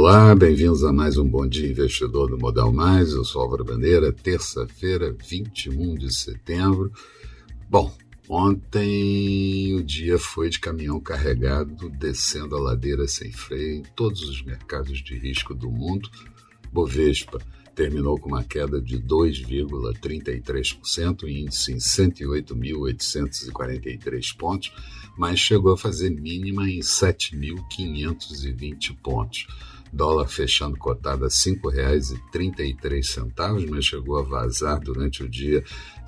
Olá, bem-vindos a mais um Bom Dia Investidor do Modal Mais. Eu sou Álvaro Bandeira, terça-feira, 21 de setembro. Bom, ontem o dia foi de caminhão carregado, descendo a ladeira sem freio em todos os mercados de risco do mundo. Bovespa terminou com uma queda de 2,33%, índice em 108.843 pontos, mas chegou a fazer mínima em 7.520 pontos. Dólar fechando cotado a R$ 5,33, mas chegou a vazar durante o dia R$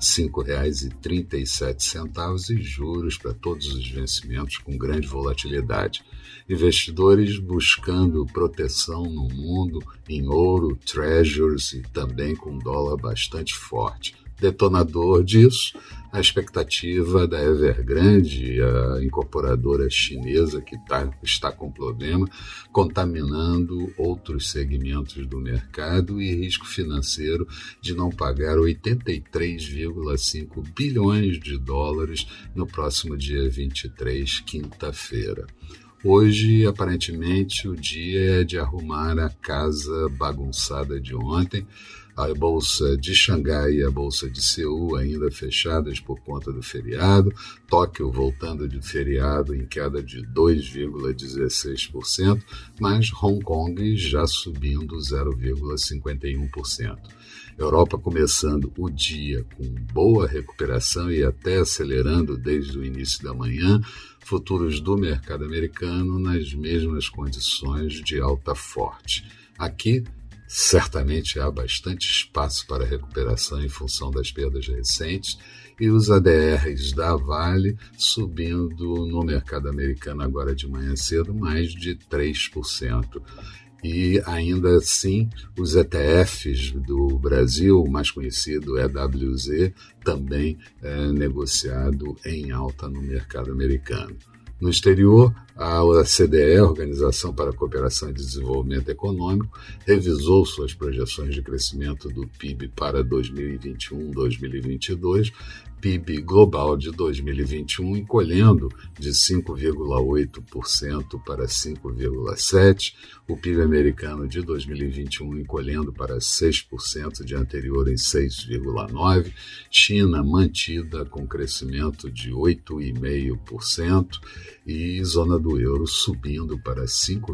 5,37 e juros para todos os vencimentos com grande volatilidade. Investidores buscando proteção no mundo em ouro, treasuries e também com dólar bastante forte. Detonador disso, a expectativa da Evergrande, a incorporadora chinesa que está com problema, contaminando outros segmentos do mercado e risco financeiro de não pagar 83,5 bilhões de dólares no próximo dia 23, quinta-feira. Hoje, aparentemente, o dia é de arrumar a casa bagunçada de ontem. A Bolsa de Xangai e a Bolsa de Seul ainda fechadas por conta do feriado. Tóquio voltando de feriado em queda de 2,16%, mas Hong Kong já subindo 0,51%. Europa começando o dia com boa recuperação e até acelerando desde o início da manhã. Futuros do mercado americano nas mesmas condições de alta forte. Aqui, certamente há bastante espaço para recuperação em função das perdas recentes e os ADRs da Vale subindo no mercado americano agora de manhã cedo mais de 3%. E ainda assim, os ETFs do Brasil, o mais conhecido EWZ, também é negociado em alta no mercado americano. No exterior, a OCDE, Organização para a Cooperação e Desenvolvimento Econômico, revisou suas projeções de crescimento do PIB para 2021-2022, PIB global de 2021 encolhendo de 5,8% para 5,7%, o PIB americano de 2021 encolhendo para 6% de anterior em 6,9%, China mantida com crescimento de 8,5% e zona do euro subindo para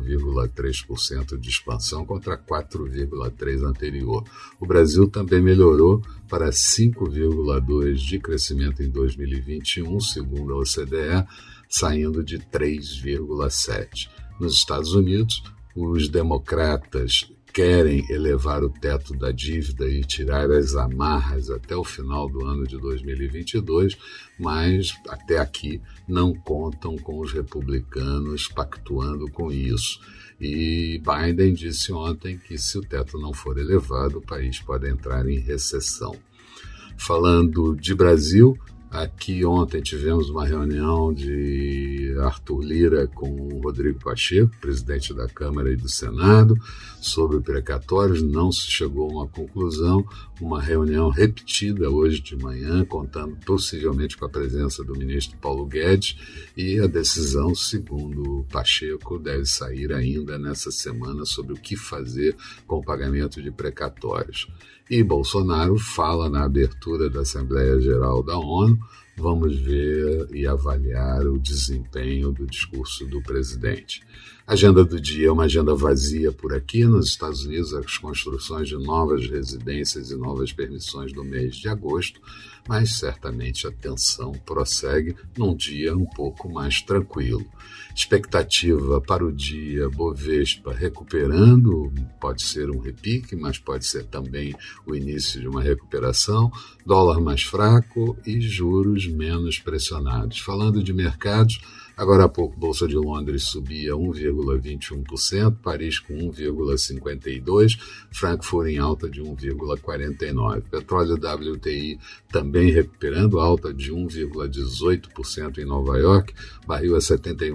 5,3% de expansão contra 4,3% anterior. O Brasil também melhorou para 5,2% de crescimento em 2021, segundo a OCDE, saindo de 3,7%. Nos Estados Unidos, os democratas querem elevar o teto da dívida e tirar as amarras até o final do ano de 2022, mas até aqui não contam com os republicanos pactuando com isso. E Biden disse ontem que se o teto não for elevado, o país pode entrar em recessão. Falando de Brasil, aqui ontem tivemos uma reunião de Arthur Lira com o Rodrigo Pacheco, presidente da Câmara e do Senado, sobre precatórios. Não se chegou a uma conclusão, uma reunião repetida hoje de manhã, contando possivelmente com a presença do ministro Paulo Guedes, e a decisão, segundo Pacheco, deve sair ainda nessa semana sobre o que fazer com o pagamento de precatórios. E Bolsonaro fala na abertura da Assembleia Geral da ONU. Vamos ver e avaliar o desempenho do discurso do presidente. A agenda do dia é uma agenda vazia por aqui. Nos Estados Unidos, as construções de novas residências e novas permissões do mês de agosto, mas certamente a tensão prossegue num dia um pouco mais tranquilo. Expectativa para o dia Bovespa recuperando, pode ser um repique, mas pode ser também o início de uma recuperação, dólar mais fraco e juros menos pressionados. Falando de mercados, agora há pouco, Bolsa de Londres subia 1,21%, Paris com 1,52%, Frankfurt em alta de 1,49%. Petróleo WTI também recuperando, alta de 1,18% em Nova York, barril a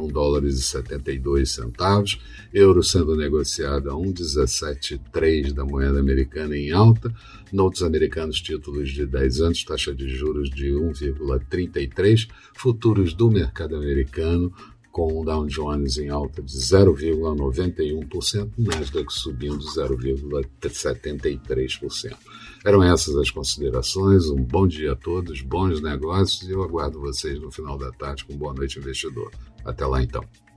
$71,72, euro sendo negociado a 1,173 da moeda americana em alta, notes americanos títulos de 10 anos, taxa de juros de 1,33%, futuros do mercado americano com o Dow Jones em alta de 0,91%, o Nasdaq subindo 0,73%. Eram essas as considerações. Um bom dia a todos, bons negócios, e eu aguardo vocês no final da tarde com Boa Noite Investidor. Até lá então.